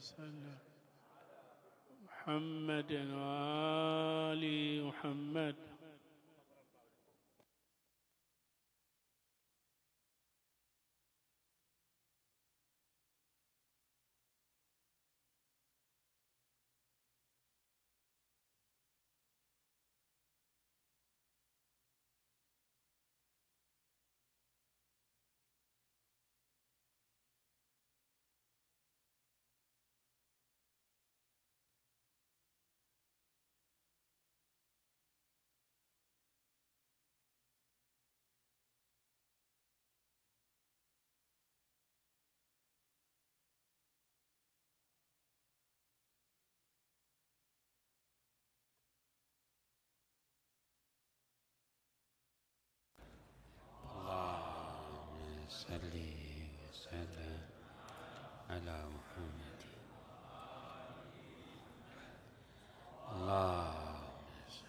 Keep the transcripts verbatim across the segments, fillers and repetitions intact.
وسلم محمد وآل محمد. اللهم صل وسلم على محمد. اللهم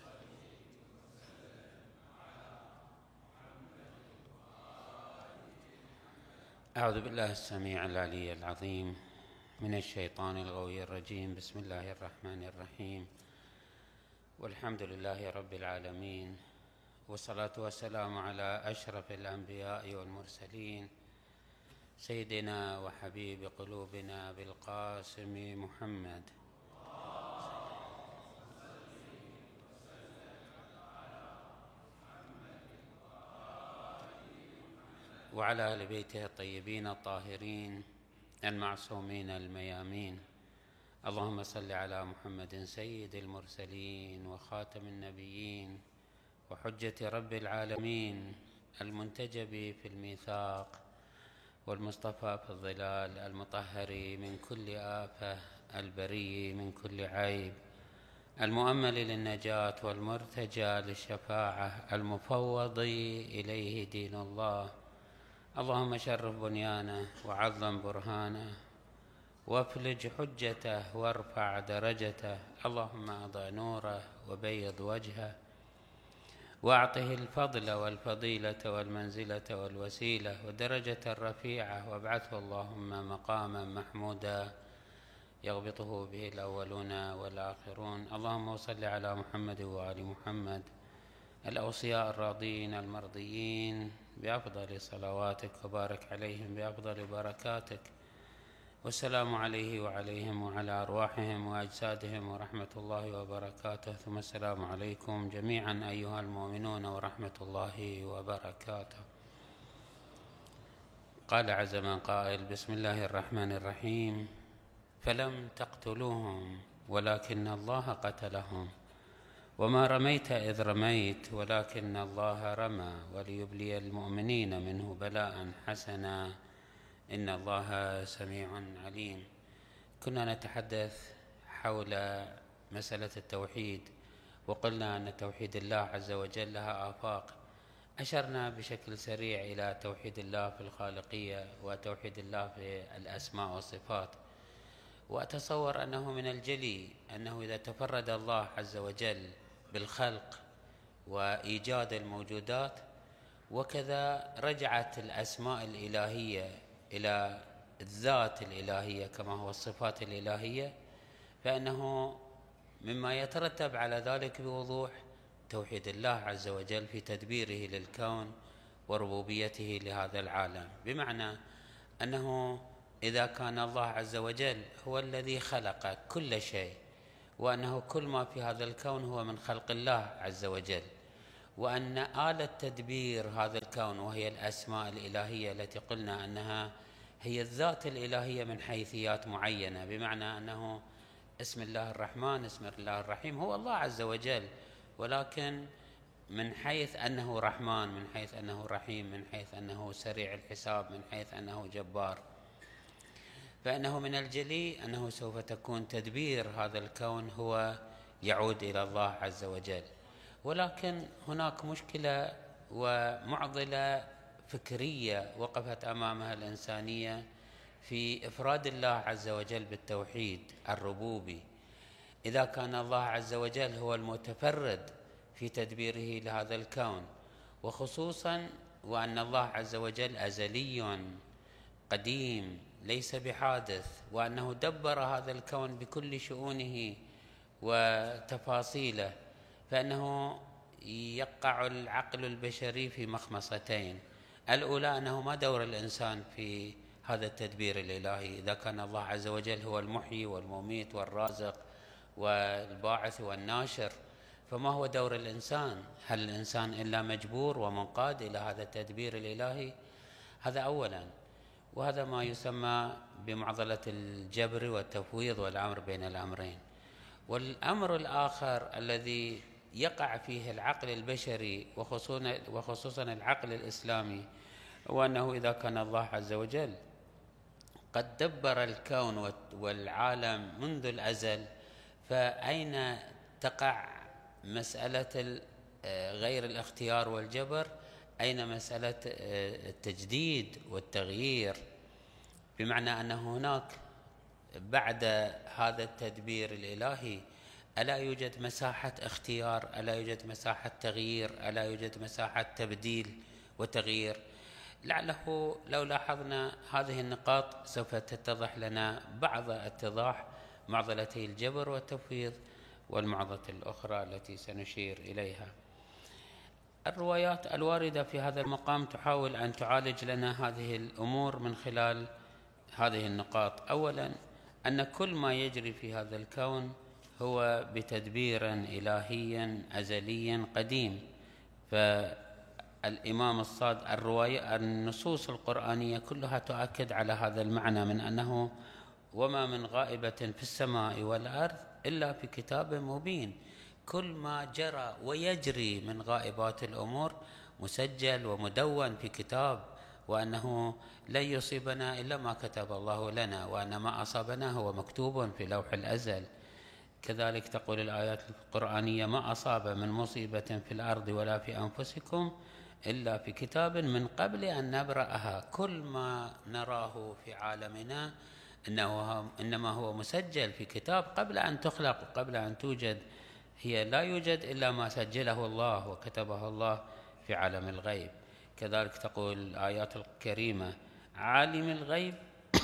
أعوذ بالله السميع العلي العظيم من الشيطان الغوي الرجيم. بسم الله الرحمن الرحيم، والحمد لله رب العالمين، والصلاة والسلام على أشرف الأنبياء والمرسلين، سيدنا وحبيب قلوبنا بالقاسم محمد، وعلى أهل بيته الطيبين الطاهرين المعصومين الميامين. اللهم صل على محمد سيد المرسلين وخاتم النبيين وحجة رب العالمين، المنتجب في الميثاق والمصطفى في الظلال، المطهر من كل آفة، البري من كل عيب، المؤمل للنجاة والمرتجى للشفاعة، المفوض إليه دين الله. اللهم شرف بنيانه وعظم برهانه وافلج حجته وارفع درجته. اللهم أضع نوره وبيض وجهه وأعطه الفضل والفضيلة والمنزلة والوسيلة والدرجة الرفيعة، وابعثه اللهم مقاما محمودا يغبطه به الأولون والآخرون. اللهم صل على محمد وآل محمد الأوصياء الراضين المرضيين بأفضل صلواتك، وبارك عليهم بأفضل بركاتك، والسلام عليه وعليهم وعلى أرواحهم وأجسادهم ورحمة الله وبركاته. ثم السلام عليكم جميعا أيها المؤمنون ورحمة الله وبركاته. قال عز من قائل: بسم الله الرحمن الرحيم. فلم تقتلوهم ولكن الله قتلهم، وما رميت إذ رميت ولكن الله رمى، وليبلي المؤمنين منه بلاء حسنا، إن الله سميع عليم. كنا نتحدث حول مسألة التوحيد، وقلنا أن توحيد الله عز وجل لها آفاق. أشرنا بشكل سريع إلى توحيد الله في الخالقية وتوحيد الله في الأسماء والصفات، وأتصور أنه من الجلي أنه إذا تفرد الله عز وجل بالخلق وإيجاد الموجودات، وكذا رجعت الأسماء الإلهية إلى الذات الإلهية كما هو الصفات الإلهية، فإنه مما يترتب على ذلك بوضوح توحيد الله عز وجل في تدبيره للكون وربوبيته لهذا العالم. بمعنى أنه إذا كان الله عز وجل هو الذي خلق كل شيء، وأنه كل ما في هذا الكون هو من خلق الله عز وجل، وأن آلة تدبير هذا الكون وهي الأسماء الإلهية التي قلنا أنها هي الذات الإلهية من حيثيات معينة، بمعنى أنه اسم الله الرحمن، اسم الله الرحيم هو الله عز وجل، ولكن من حيث أنه رحمن، من حيث أنه رحيم، من حيث أنه سريع الحساب، من حيث أنه جبار، فإنه من الجلي أنه سوف تكون تدبير هذا الكون هو يعود إلى الله عز وجل. ولكن هناك مشكلة ومعضلة فكرية وقفت أمامها الإنسانية في إفراد الله عز وجل بالتوحيد الربوبي. إذا كان الله عز وجل هو المتفرد في تدبيره لهذا الكون، وخصوصا وأن الله عز وجل أزلي قديم ليس بحادث، وأنه دبر هذا الكون بكل شؤونه وتفاصيله، فإنه يقع العقل البشري في مخمصتين. الأولى أنه ما دور الإنسان في هذا التدبير الإلهي؟ إذا كان الله عز وجل هو المحيي والمميت والرازق والباعث والناشر، فما هو دور الإنسان؟ هل الإنسان إلا مجبور ومنقاد إلى هذا التدبير الإلهي؟ هذا أولا، وهذا ما يسمى بمعضلة الجبر والتفويض والأمر بين الأمرين. والأمر الآخر الذي يقع فيه العقل البشري وخصوصا العقل الإسلامي هو أنه إذا كان الله عز وجل قد دبر الكون والعالم منذ الأزل، فأين تقع مسألة غير الاختيار والجبر؟ أين مسألة التجديد والتغيير؟ بمعنى أن هناك بعد هذا التدبير الإلهي ألا يوجد مساحة اختيار؟ ألا يوجد مساحة تغيير؟ ألا يوجد مساحة تبديل وتغيير؟ لعله لو لاحظنا هذه النقاط سوف تتضح لنا بعض اتضاح معضلتي الجبر والتفويض والمعضلة الأخرى التي سنشير إليها. الروايات الواردة في هذا المقام تحاول أن تعالج لنا هذه الأمور من خلال هذه النقاط. أولا، أن كل ما يجري في هذا الكون هو بتدبير إلهي أزلي قديم. فالإمام الصادق الرواية النصوص القرآنية كلها تؤكد على هذا المعنى، من أنه وما من غائبة في السماء والأرض إلا في كتاب مبين. كل ما جرى ويجري من غائبات الأمور مسجل ومدون في كتاب، وأنه لن يصيبنا إلا ما كتب الله لنا، وأن ما أصابنا هو مكتوب في لوح الأزل. كذلك تقول الآيات القرآنية: ما أصاب من مصيبة في الأرض ولا في أنفسكم إلا في كتاب من قبل أن نبرأها. كل ما نراه في عالمنا إنه إنما هو مسجل في كتاب قبل أن تخلق وقبل أن توجد. هي لا يوجد إلا ما سجله الله وكتبه الله في عالم الغيب. كذلك تقول الآيات الكريمة: عالم الغيب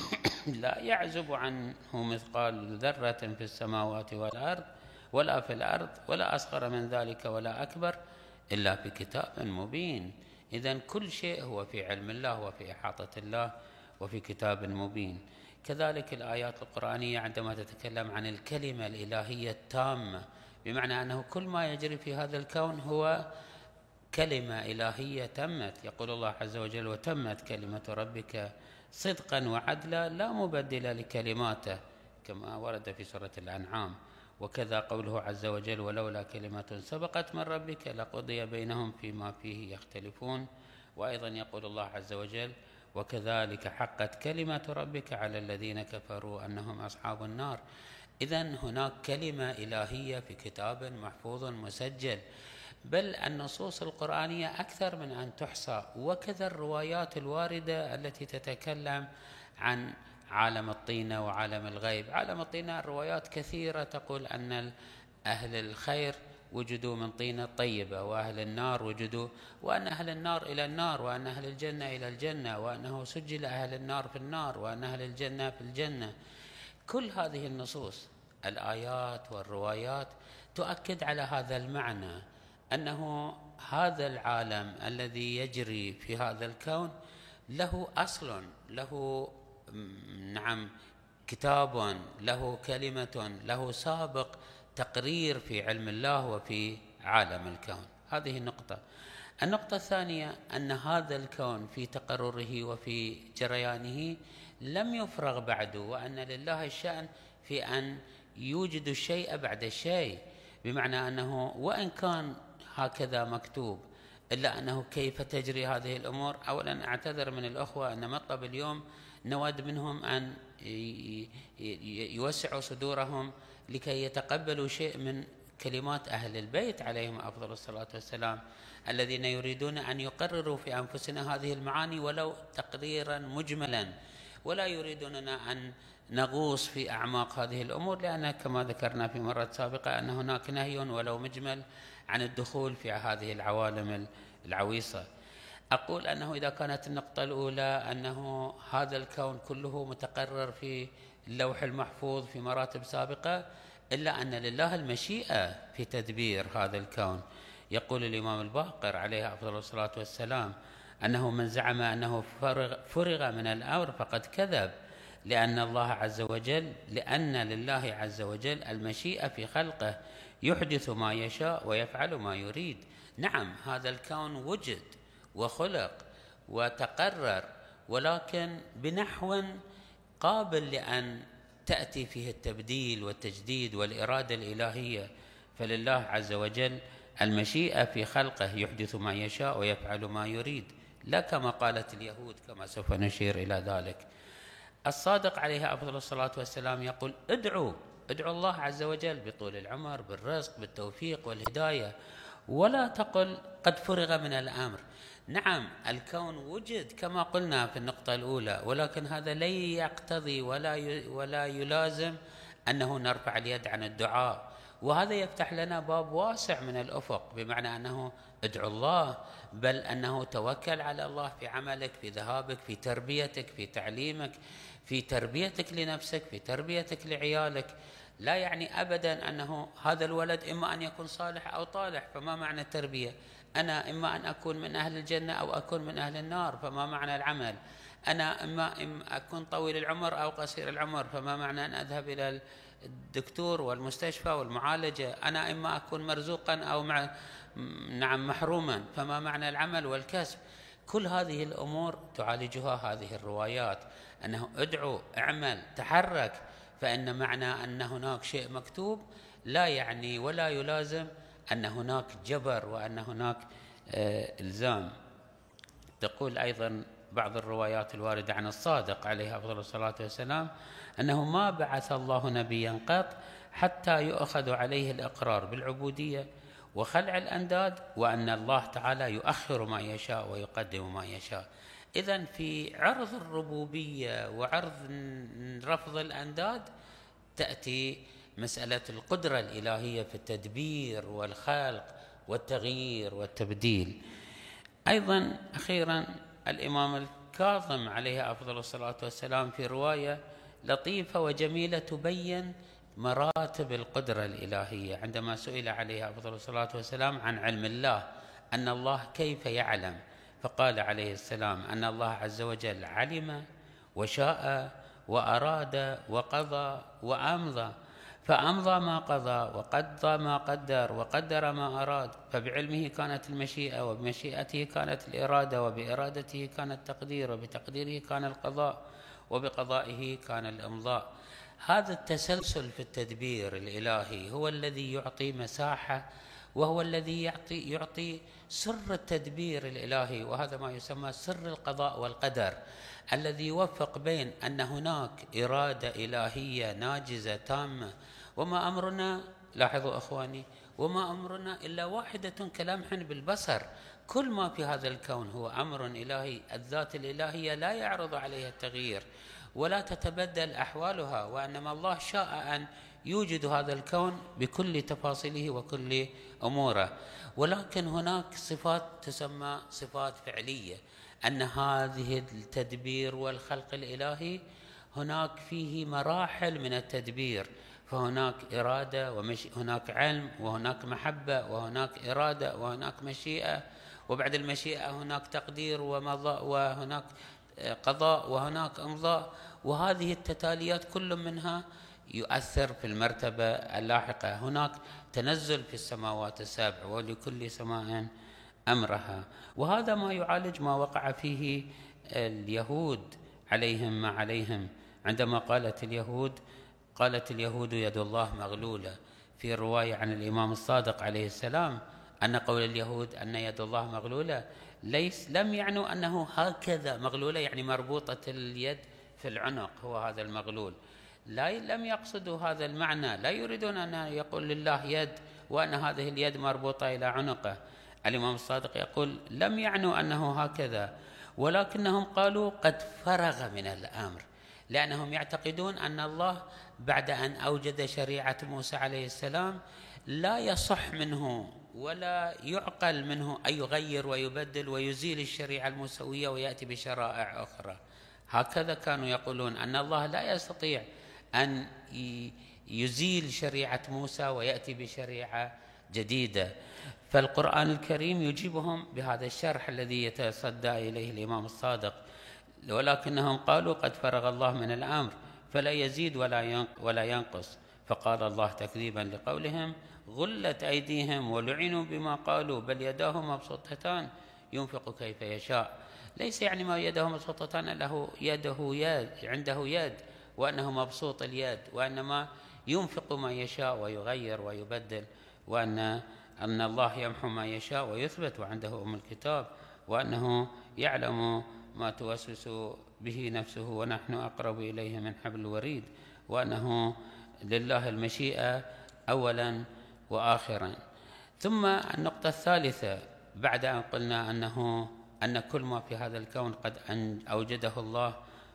لا يعزب عنه مثقال ذرة في السماوات والأرض ولا في الأرض ولا أصغر من ذلك ولا أكبر إلا في كتاب مبين. إذن كل شيء هو في علم الله وفي إحاطة الله وفي كتاب مبين. كذلك الآيات القرآنية عندما تتكلم عن الكلمة الإلهية التامة، بمعنى أنه كل ما يجري في هذا الكون هو كلمة إلهية تمت. يقول الله عز وجل: وتمت كلمة ربك صدقا وعدلا لا مبدل لكلماته، كما ورد في سورة الأنعام. وكذا قوله عز وجل: ولولا كلمة سبقت من ربك لقضي بينهم فيما فيه يختلفون. وأيضا يقول الله عز وجل: وكذلك حقت كلمة ربك على الذين كفروا أنهم أصحاب النار. إذن هناك كلمة إلهية في كتاب محفوظ مسجل. بل النصوص القرآنية أكثر من أن تحصى، وكذا الروايات الواردة التي تتكلم عن عالم الطينة وعالم الغيب. عالم الطينة الروايات كثيرة تقول أن أهل الخير وجدوا من طينة طيبة، وأهل النار وجدوا، وأن أهل النار إلى النار، وأن أهل الجنة إلى الجنة، وأنه سجل أهل النار في النار وأن أهل الجنة في الجنة. كل هذه النصوص الآيات والروايات تؤكد على هذا المعنى، أنه هذا العالم الذي يجري في هذا الكون له أصل، له نعم كتاب، له كلمة، له سابق تقرير في علم الله وفي عالم الكون. هذه النقطة. النقطة الثانية أن هذا الكون في تقرره وفي جريانه لم يفرغ بعد، وأن لله الشأن في أن يوجد الشيء بعد الشيء. بمعنى أنه وإن كان هكذا مكتوب، إلا أنه كيف تجري هذه الأمور. أولا أعتذر من الأخوة أن مطلب اليوم نود منهم أن يوسعوا صدورهم لكي يتقبلوا شيء من كلمات أهل البيت عليهم أفضل الصلاة والسلام، الذين يريدون أن يقرروا في أنفسنا هذه المعاني ولو تقريرا مجملا، ولا يريدوننا أن نغوص في أعماق هذه الأمور، لأن كما ذكرنا في مرة سابقة أن هناك نهي ولو مجمل عن الدخول في هذه العوالم العويصة. أقول أنه إذا كانت النقطة الأولى أنه هذا الكون كله متقرر في اللوح المحفوظ في مراتب سابقة، إلا أن لله المشيئة في تدبير هذا الكون. يقول الإمام الباقر عليه أفضل الصلاة والسلام أنه من زعم أنه فرغ, فرغ من الأمر فقد كذب، لأن الله عز وجل لأن لله عز وجل المشيئة في خلقه، يحدث ما يشاء ويفعل ما يريد. نعم، هذا الكون وجد وخلق وتقرر، ولكن بنحو قابل لأن تأتي فيه التبديل والتجديد والإرادة الإلهية. فلله عز وجل المشيئة في خلقه، يحدث ما يشاء ويفعل ما يريد، لا كما قالت اليهود كما سوف نشير إلى ذلك. الصادق عليه أفضل الصلاة والسلام يقول ادعوا ادعوا الله عز وجل بطول العمر، بالرزق، بالتوفيق والهداية، ولا تقل قد فرغ من الأمر. نعم، الكون وجد كما قلنا في النقطة الأولى، ولكن هذا لا يقتضي ولا ولا يلازم أنه نرفع اليد عن الدعاء، وهذا يفتح لنا باب واسع من الأفق، بمعنى أنه ادعو الله، بل أنه توكل على الله في عملك، في ذهابك، في تربيتك، في تعليمك، في تربيتك لنفسك، في تربيتك لعيالك. لا يعني أبدا أنه هذا الولد إما أن يكون صالح أو طالح، فما معنى التربية؟ أنا إما أن أكون من أهل الجنة أو أكون من أهل النار، فما معنى العمل؟ أنا إما, إما أكون طويل العمر أو قصير العمر، فما معنى أن أذهب إلى الدكتور والمستشفى والمعالجة؟ أنا إما أكون مرزوقا أو مع نعم محروما، فما معنى العمل والكسب؟ كل هذه الأمور تعالجها هذه الروايات، أنه ادعو، اعمل، تحرك. فإن معنى أن هناك شيء مكتوب لا يعني ولا يلازم أن هناك جبر وأن هناك آه إلزام. تقول أيضا بعض الروايات الواردة عن الصادق عليه أفضل الصلاة والسلام أنه ما بعث الله نبيا قط حتى يؤخذ عليه الإقرار بالعبودية وخلع الأنداد، وأن الله تعالى يؤخر ما يشاء ويقدم ما يشاء. إذن في عرض الربوبية وعرض رفض الأنداد تأتي مسألة القدرة الإلهية في التدبير والخلق والتغيير والتبديل. أيضا أخيرا الإمام الكاظم عليه أفضل الصلاة والسلام في رواية لطيفة وجميلة تبين مراتب القدرة الإلهية، عندما سئل عليه أفضل الصلاة والسلام عن علم الله، أن الله كيف يعلم، فقال عليه السلام أن الله عز وجل علم وشاء وأراد وقضى وأمضى، فأمضى ما قضى وقضى ما قدر وقدر ما أراد، فبعلمه كانت المشيئة، وبمشيئته كانت الإرادة، وبإرادته كان التقدير، وبتقديره كان القضاء، وبقضائه كان الإمضاء. هذا التسلسل في التدبير الإلهي هو الذي يعطي مساحة، وهو الذي يعطي يعطي سر التدبير الإلهي، وهذا ما يسمى سر القضاء والقدر، الذي يوفق بين أن هناك إرادة إلهية ناجزة تامة، وما أمرنا، لاحظوا أخواني، وما أمرنا إلا واحدة كلمح بالبصر. كل ما في هذا الكون هو أمر إلهي، الذات الإلهية لا يعرض عليها التغيير ولا تتبدل أحوالها، وإنما الله شاء أن يوجد هذا الكون بكل تفاصيله وكل أموره. ولكن هناك صفات تسمى صفات فعلية، أن هذه التدبير والخلق الإلهي هناك فيه مراحل من التدبير، فهناك إرادة وهناك علم وهناك محبة وهناك إرادة وهناك مشيئة، وبعد المشيئة هناك تقدير ومضاء وهناك قضاء وهناك إمضاء، وهذه التتاليات كل منها يؤثر في المرتبة اللاحقة. هناك تنزل في السماوات السبع ولكل سماء أمرها، وهذا ما يعالج ما وقع فيه اليهود عليهم ما عليهم. عندما قالت اليهود قالت اليهود يد الله مغلولة، في رواية عن الإمام الصادق عليه السلام أن قول اليهود أن يد الله مغلولة ليس لم يعنوا أنه هكذا مغلولة يعني مربوطة اليد في العنق، هو هذا المغلول، لا لم يقصدوا هذا المعنى، لا يريدون أن يقول لله يد وأن هذه اليد مربوطة إلى عنقه. الإمام الصادق يقول لم يعنوا أنه هكذا، ولكنهم قالوا قد فرغ من الأمر، لأنهم يعتقدون أن الله بعد أن أوجد شريعة موسى عليه السلام لا يصح منه ولا يعقل منه أن يغير ويبدل ويزيل الشريعة الموسوية ويأتي بشرائع أخرى. هكذا كانوا يقولون أن الله لا يستطيع أن يزيل شريعة موسى ويأتي بشريعة جديدة. فالقرآن الكريم يجيبهم بهذا الشرح الذي يتصدى إليه الإمام الصادق، ولكنهم قالوا قد فرغ الله من الأمر فلا يزيد ولا ينقص. فقال الله تكذيبا لقولهم غلت أيديهم ولعنوا بما قالوا بل يداه مبسوطتان ينفق كيف يشاء. ليس يعني ما يده مبسوطتان له يده يد عنده يد وأنه مبسوط اليد، وإنما ينفق ما يشاء ويغير ويبدل، وأن أن الله يمحو ما يشاء ويثبت وعنده أم الكتاب، وأنه يعلم ما توسوس به نفسه ونحن أقرب إليه من حبل الوريد، وأنه لله المشيئة أولا وآخرا. ثم النقطة الثالثة بعد أن قلنا أنه أن كل ما في هذا الكون قد أوجده الله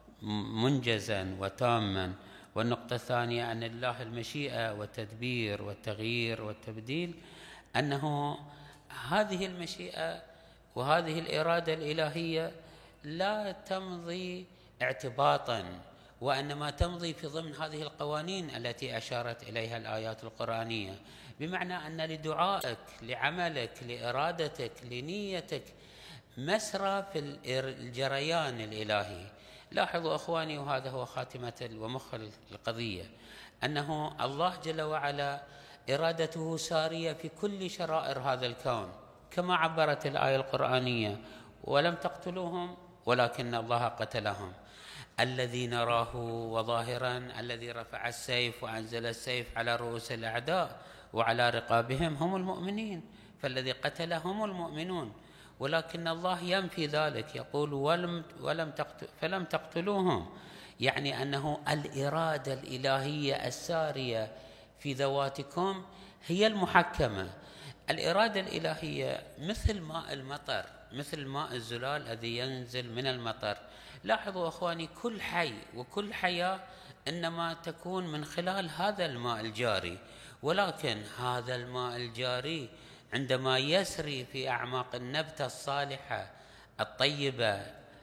منجزا وتاما، والنقطة الثانية أن الله المشيئة والتدبير والتغيير والتبديل، أنه هذه المشيئة وهذه الإرادة الإلهية لا تمضي اعتباطا، وإنما تمضي في ضمن هذه القوانين التي أشارت إليها الآيات القرآنية، بمعنى أن لدعائك لعملك لإرادتك لنيتك مسرى في الجريان الإلهي. لاحظوا أخواني، وهذا هو خاتمة ومخ القضية، أنه الله جل وعلا إرادته سارية في كل شرائر هذا الكون، كما عبرت الآية القرآنية ولم تقتلوهم ولكن الله قتلهم. الذي نراه وظاهرا الذي رفع السيف وأنزل السيف على رؤوس الأعداء وعلى رقابهم هم المؤمنين، فالذي قتلهم المؤمنون، ولكن الله ينفي ذلك، يقول ولم ولم تقتل فلم تقتلوهم، يعني أنه الإرادة الإلهية السارية في ذواتكم هي المحكمة. الإرادة الإلهية مثل ماء المطر، مثل ماء الزلال الذي ينزل من المطر. لاحظوا أخواني، كل حي وكل حياة إنما تكون من خلال هذا الماء الجاري، ولكن هذا الماء الجاري عندما يسري في أعماق النبتة الصالحة الطيبة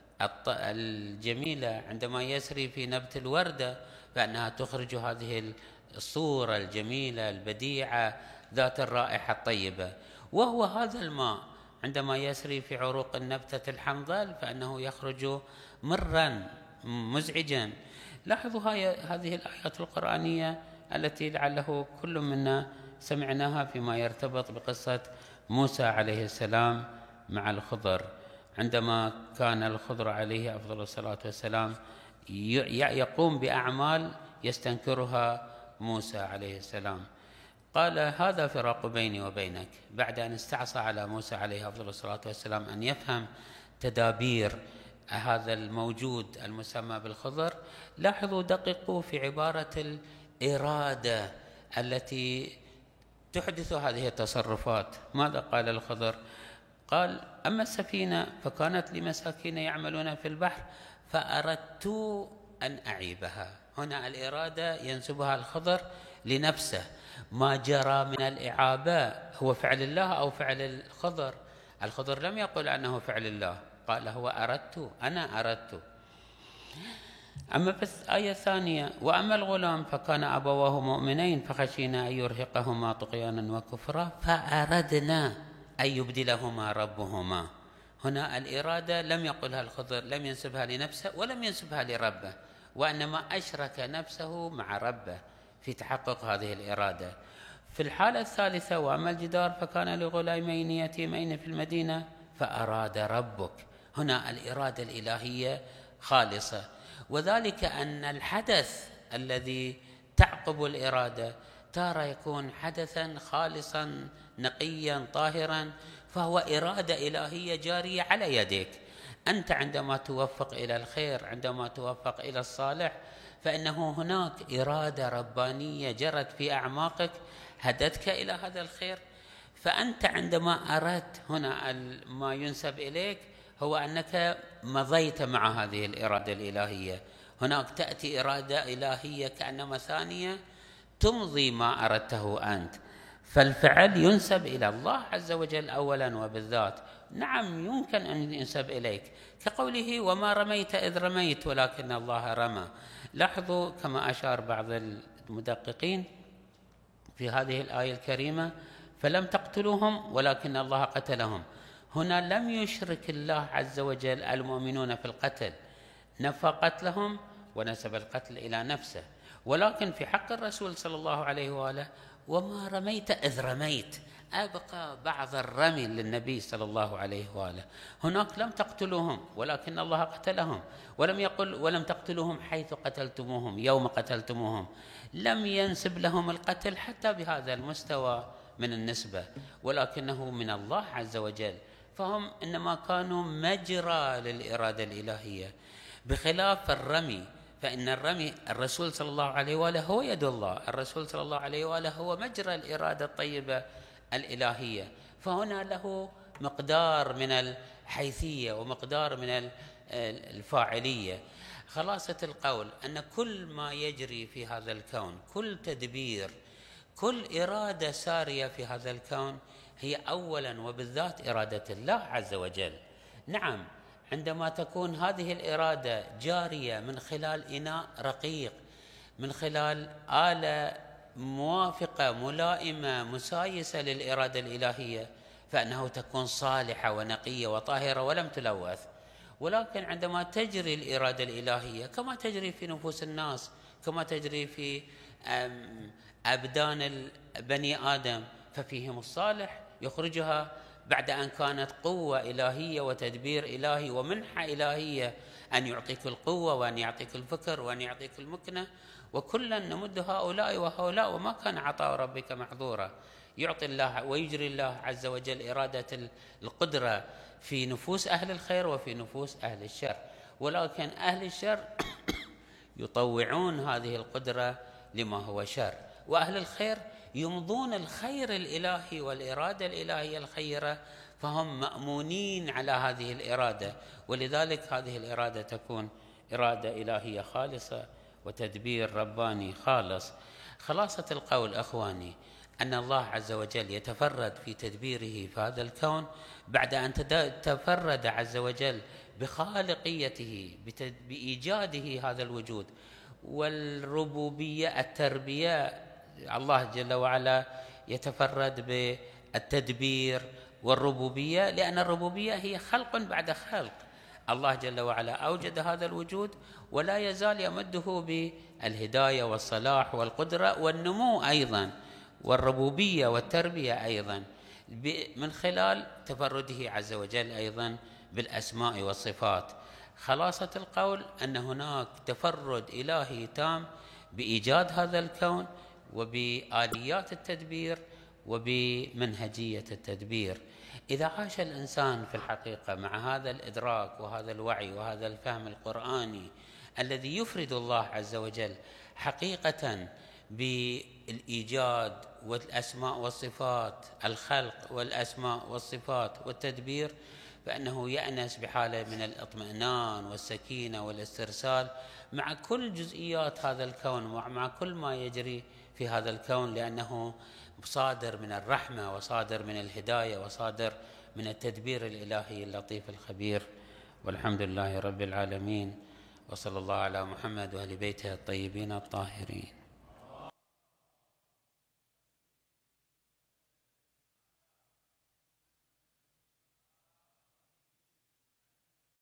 الجميلة، عندما يسري في نبت الوردة فإنها تخرج هذه الصورة الجميلة البديعة ذات الرائحة الطيبة. وهو هذا الماء عندما يسري في عروق النبتة الحنظل فإنه يخرج مرا مزعجا. لاحظوا هذه الآيات القرآنية التي لعله كل منا سمعناها فيما يرتبط بقصة موسى عليه السلام مع الخضر، عندما كان الخضر عليه أفضل الصلاة والسلام يقوم بأعمال يستنكرها موسى عليه السلام. قال هذا فراق بيني وبينك، بعد أن استعصى على موسى عليه أفضل الصلاة والسلام أن يفهم تدابير هذا الموجود المسمى بالخضر. لاحظوا دققوا في عبارة الإرادة التي تحدث هذه التصرفات. ماذا قال الخضر؟ قال أما السفينة فكانت لمساكين يعملون في البحر فأردت أن أعيبها. هنا الإرادة ينسبها الخضر لنفسه، ما جرى من الإعابة هو فعل الله أو فعل الخضر؟ الخضر لم يقل أنه فعل الله، قال هو أردت، أنا أردت. أما في الآية الثانية وأما الغلام فكان أبواه مؤمنين فخشينا أن يرهقهما طغيانا وكفرا فأردنا أن يبدلهما ربهما. هنا الإرادة لم يقلها الخضر، لم ينسبها لنفسه ولم ينسبها لربه، وإنما أشرك نفسه مع ربه في تحقق هذه الإرادة. في الحالة الثالثة وأما الجدار فكان لغلامين يتيمين في المدينة فأراد ربك. هنا الإرادة الإلهية خالصة، وذلك أن الحدث الذي تعقب الإرادة تارة يكون حدثا خالصا نقيا طاهرا، فهو إرادة إلهية جارية على يديك. أنت عندما توفق إلى الخير، عندما توفق إلى الصالح، فإنه هناك إرادة ربانية جرت في أعماقك هدتك إلى هذا الخير. فأنت عندما أردت، هنا ما ينسب إليك هو أنك مضيت مع هذه الإرادة الإلهية. هناك تأتي إرادة إلهية كأنما ثانية تمضي ما أردته أنت. فالفعل ينسب إلى الله عز وجل أولا وبالذات. نعم يمكن أن ينسب إليك، كقوله وما رميت إذ رميت ولكن الله رمى. لاحظوا كما أشار بعض المدققين في هذه الآية الكريمة فلم تقتلوهم ولكن الله قتلهم، هنا لم يشرك الله عز وجل المؤمنون في القتل، نفى قتلهم ونسب القتل إلى نفسه. ولكن في حق الرسول صلى الله عليه وآله وما رميت إذ رميت، أبقى بعض الرمي للنبي صلى الله عليه وآله. هناك لم تقتلوهم ولكن الله قتلهم، ولم يقل ولم تقتلوهم حيث قتلتموهم يوم قتلتموهم، لم ينسب لهم القتل حتى بهذا المستوى من النسبة، ولكنه من الله عز وجل، فهم إنما كانوا مجرى للإرادة الإلهية، بخلاف الرمي. فإن الرمي الرسول صلى الله عليه وآله هو يد الله، الرسول صلى الله عليه وآله هو مجرى الإرادة الطيبة الإلهية، فهنا له مقدار من الحيثية ومقدار من الفاعلية. خلاصة القول أن كل ما يجري في هذا الكون، كل تدبير، كل إرادة سارية في هذا الكون هي أولا وبالذات إرادة الله عز وجل. نعم عندما تكون هذه الإرادة جارية من خلال إناء رقيق، من خلال آلة موافقة ملائمة مسايسة للإرادة الإلهية، فإنه تكون صالحة ونقية وطاهرة ولم تلوث. ولكن عندما تجري الإرادة الإلهية كما تجري في نفوس الناس، كما تجري في أبدان بني آدم، ففيهم الصالح يخرجها بعد أن كانت قوة إلهية وتدبير إلهي ومنحة إلهية، أن يعطيك القوة وأن يعطيك الفكر وأن يعطيك المكنة، وكلا نمد هؤلاء وهؤلاء وما كان عطاء ربك محظورا. يعطي الله ويجري الله عز وجل إرادة القدرة في نفوس أهل الخير وفي نفوس أهل الشر، ولكن أهل الشر يطوعون هذه القدرة لما هو شر، وأهل الخير يمضون الخير الإلهي والإرادة الإلهية الخيرة، فهم مأمونين على هذه الإرادة. ولذلك هذه الإرادة تكون إرادة إلهية خالصة وتدبير رباني خالص. خلاصة القول أخواني أن الله عز وجل يتفرد في تدبيره في هذا الكون بعد أن تفرد عز وجل بخالقيته بإيجاده هذا الوجود، والربوبية التربية. الله جل وعلا يتفرد بالتدبير والربوبية، لأن الربوبية هي خلق بعد خلق. الله جل وعلا أوجد هذا الوجود ولا يزال يمده بالهداية والصلاح والقدرة والنمو أيضا، والربوبية والتربية أيضا، من خلال تفرده عز وجل أيضا بالأسماء والصفات. خلاصة القول أن هناك تفرد إلهي تام بإيجاد هذا الكون وبآليات التدبير وبمنهجية التدبير. إذا عاش الإنسان في الحقيقة مع هذا الإدراك وهذا الوعي وهذا الفهم القرآني الذي يفرد الله عز وجل حقيقة بالإيجاد والأسماء والصفات، الخلق والأسماء والصفات والتدبير، فإنه يأنس بحالة من الاطمئنان والسكينة والاسترسال مع كل جزئيات هذا الكون ومع كل ما يجري في هذا الكون، لأنه صادر من الرحمة وصادر من الهداية وصادر من التدبير الإلهي اللطيف الخبير. والحمد لله رب العالمين، وصلى الله على محمد وآل بيته الطيبين الطاهرين.